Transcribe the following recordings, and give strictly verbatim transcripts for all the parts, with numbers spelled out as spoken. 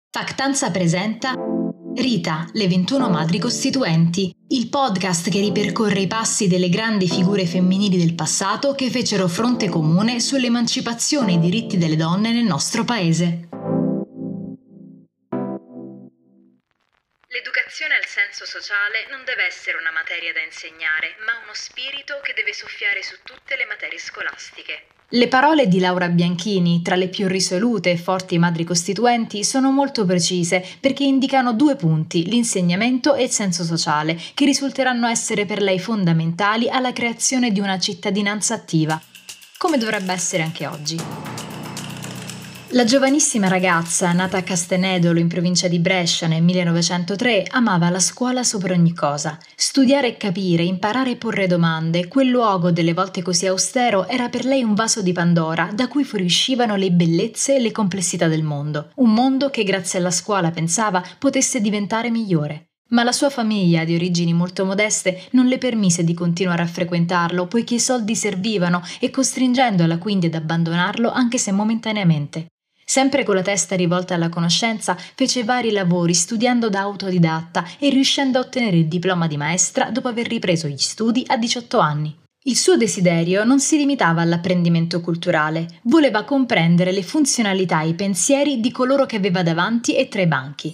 Factanza presenta Rita, le ventuno madri costituenti, il podcast che ripercorre i passi delle grandi figure femminili del passato che fecero fronte comune sull'emancipazione e i diritti delle donne nel nostro paese. L'educazione al senso sociale non deve essere una materia da insegnare, ma uno spirito che deve soffiare su tutte le materie scolastiche. Le parole di Laura Bianchini, tra le più risolute e forti madri costituenti, sono molto precise perché indicano due punti, l'insegnamento e il senso sociale, che risulteranno essere per lei fondamentali alla creazione di una cittadinanza attiva, come dovrebbe essere anche oggi. La giovanissima ragazza, nata a Castenedolo in provincia di Brescia nel millenovecentotre, amava la scuola sopra ogni cosa. Studiare e capire, imparare e porre domande, quel luogo delle volte così austero era per lei un vaso di Pandora da cui fuoriuscivano le bellezze e le complessità del mondo. Un mondo che grazie alla scuola, pensava, potesse diventare migliore. Ma la sua famiglia, di origini molto modeste, non le permise di continuare a frequentarlo poiché i soldi servivano e costringendola quindi ad abbandonarlo anche se momentaneamente. Sempre con la testa rivolta alla conoscenza, fece vari lavori studiando da autodidatta e riuscendo a ottenere il diploma di maestra dopo aver ripreso gli studi a diciotto anni. Il suo desiderio non si limitava all'apprendimento culturale, voleva comprendere le funzionalità e i pensieri di coloro che aveva davanti e tra i banchi.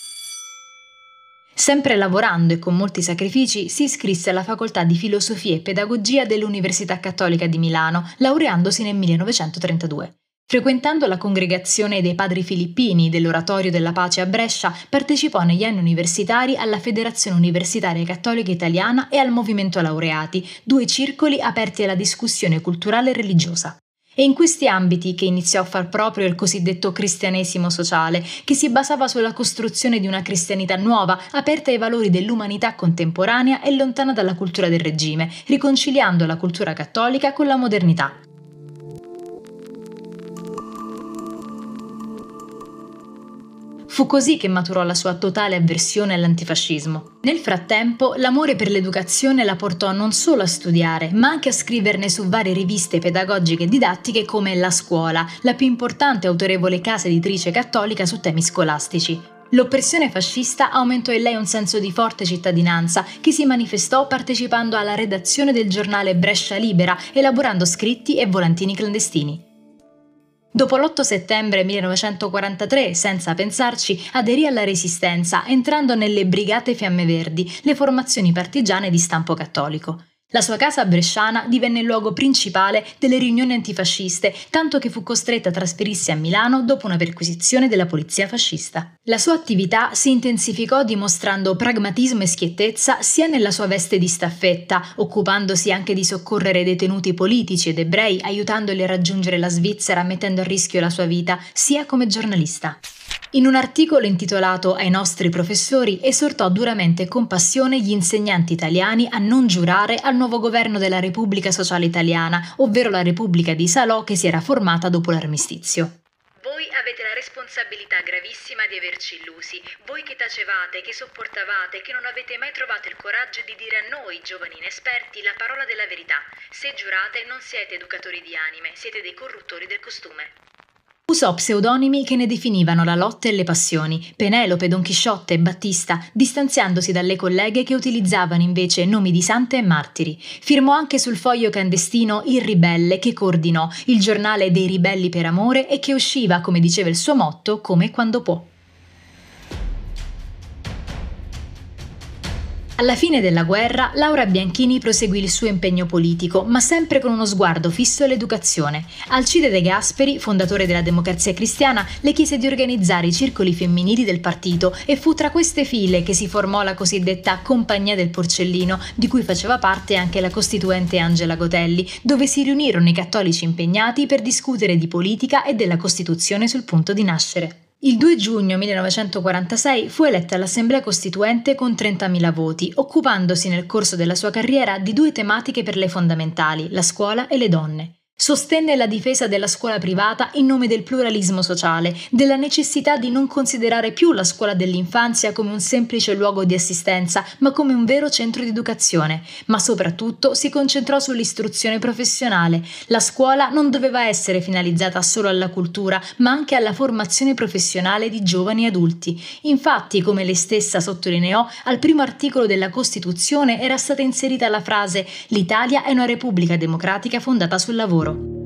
Sempre lavorando e con molti sacrifici, si iscrisse alla facoltà di filosofia e pedagogia dell'Università Cattolica di Milano, laureandosi nel millenovecentotrentadue. Frequentando la congregazione dei Padri Filippini dell'Oratorio della Pace a Brescia, partecipò negli anni universitari alla Federazione Universitaria Cattolica Italiana e al Movimento Laureati, due circoli aperti alla discussione culturale e religiosa. È in questi ambiti che iniziò a far proprio il cosiddetto cristianesimo sociale, che si basava sulla costruzione di una cristianità nuova, aperta ai valori dell'umanità contemporanea e lontana dalla cultura del regime, riconciliando la cultura cattolica con la modernità. Fu così che maturò la sua totale avversione all'antifascismo. Nel frattempo, l'amore per l'educazione la portò non solo a studiare, ma anche a scriverne su varie riviste pedagogiche e didattiche come La Scuola, la più importante e autorevole casa editrice cattolica su temi scolastici. L'oppressione fascista aumentò in lei un senso di forte cittadinanza che si manifestò partecipando alla redazione del giornale Brescia Libera, elaborando scritti e volantini clandestini. Dopo l'otto settembre millenovecentoquarantatré, senza pensarci, aderì alla Resistenza, entrando nelle Brigate Fiamme Verdi, le formazioni partigiane di stampo cattolico. La sua casa bresciana divenne il luogo principale delle riunioni antifasciste, tanto che fu costretta a trasferirsi a Milano dopo una perquisizione della polizia fascista. La sua attività si intensificò dimostrando pragmatismo e schiettezza sia nella sua veste di staffetta, occupandosi anche di soccorrere detenuti politici ed ebrei, aiutandoli a raggiungere la Svizzera mettendo a rischio la sua vita, sia come giornalista. In un articolo intitolato Ai nostri professori esortò duramente e con passione gli insegnanti italiani a non giurare al nuovo governo della Repubblica Sociale Italiana, ovvero la Repubblica di Salò che si era formata dopo l'armistizio. Voi avete la responsabilità gravissima di averci illusi, voi che tacevate, che sopportavate, che non avete mai trovato il coraggio di dire a noi, giovani inesperti, la parola della verità. Se giurate non siete educatori di anime, siete dei corruttori del costume. Usò pseudonimi che ne definivano la lotta e le passioni, Penelope, Don Chisciotte e Battista, distanziandosi dalle colleghe che utilizzavano invece nomi di sante e martiri. Firmò anche sul foglio clandestino Il Ribelle, che coordinò, il giornale dei ribelli per amore e che usciva, come diceva il suo motto, come e quando può. Alla fine della guerra, Laura Bianchini proseguì il suo impegno politico, ma sempre con uno sguardo fisso all'educazione. Alcide De Gasperi, fondatore della Democrazia Cristiana, le chiese di organizzare i circoli femminili del partito e fu tra queste file che si formò la cosiddetta Compagnia del Porcellino, di cui faceva parte anche la costituente Angela Gotelli, dove si riunirono i cattolici impegnati per discutere di politica e della Costituzione sul punto di nascere. Il due giugno millenovecentoquarantasei fu eletta all'Assemblea Costituente con trentamila voti, occupandosi nel corso della sua carriera di due tematiche per lei fondamentali, la scuola e le donne. Sostenne la difesa della scuola privata in nome del pluralismo sociale, della necessità di non considerare più la scuola dell'infanzia come un semplice luogo di assistenza, ma come un vero centro di educazione. Ma soprattutto si concentrò sull'istruzione professionale. La scuola non doveva essere finalizzata solo alla cultura, ma anche alla formazione professionale di giovani adulti. Infatti, come lei stessa sottolineò, al primo articolo della Costituzione era stata inserita la frase «L'Italia è una repubblica democratica fondata sul lavoro».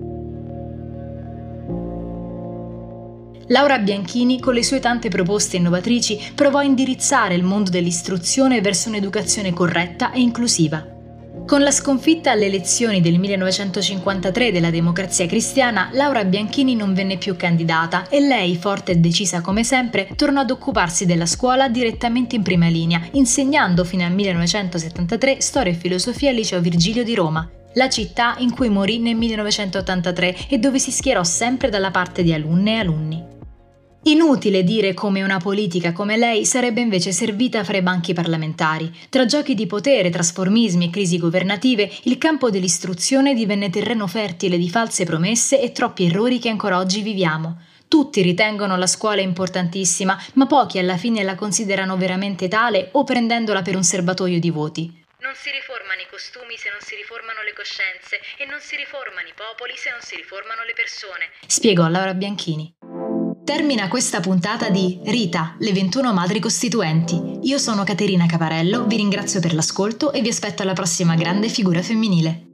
Laura Bianchini, con le sue tante proposte innovatrici, provò a indirizzare il mondo dell'istruzione verso un'educazione corretta e inclusiva. Con la sconfitta alle elezioni del millenovecentocinquantatré della Democrazia Cristiana, Laura Bianchini non venne più candidata e lei, forte e decisa come sempre, tornò ad occuparsi della scuola direttamente in prima linea, insegnando fino al millenovecentosettantatré storia e filosofia al Liceo Virgilio di Roma, la città in cui morì nel millenovecentottantatré e dove si schierò sempre dalla parte di alunne e alunni. Inutile dire come una politica come lei sarebbe invece servita fra i banchi parlamentari. Tra giochi di potere, trasformismi e crisi governative, il campo dell'istruzione divenne terreno fertile di false promesse e troppi errori che ancora oggi viviamo. Tutti ritengono la scuola importantissima, ma pochi alla fine la considerano veramente tale o prendendola per un serbatoio di voti. Non si riformano i costumi se non si riformano le coscienze e non si riformano i popoli se non si riformano le persone, spiegò Laura Bianchini. Termina questa puntata di Rita, le ventuno madri costituenti. Io sono Caterina Caparello, vi ringrazio per l'ascolto e vi aspetto alla prossima grande figura femminile.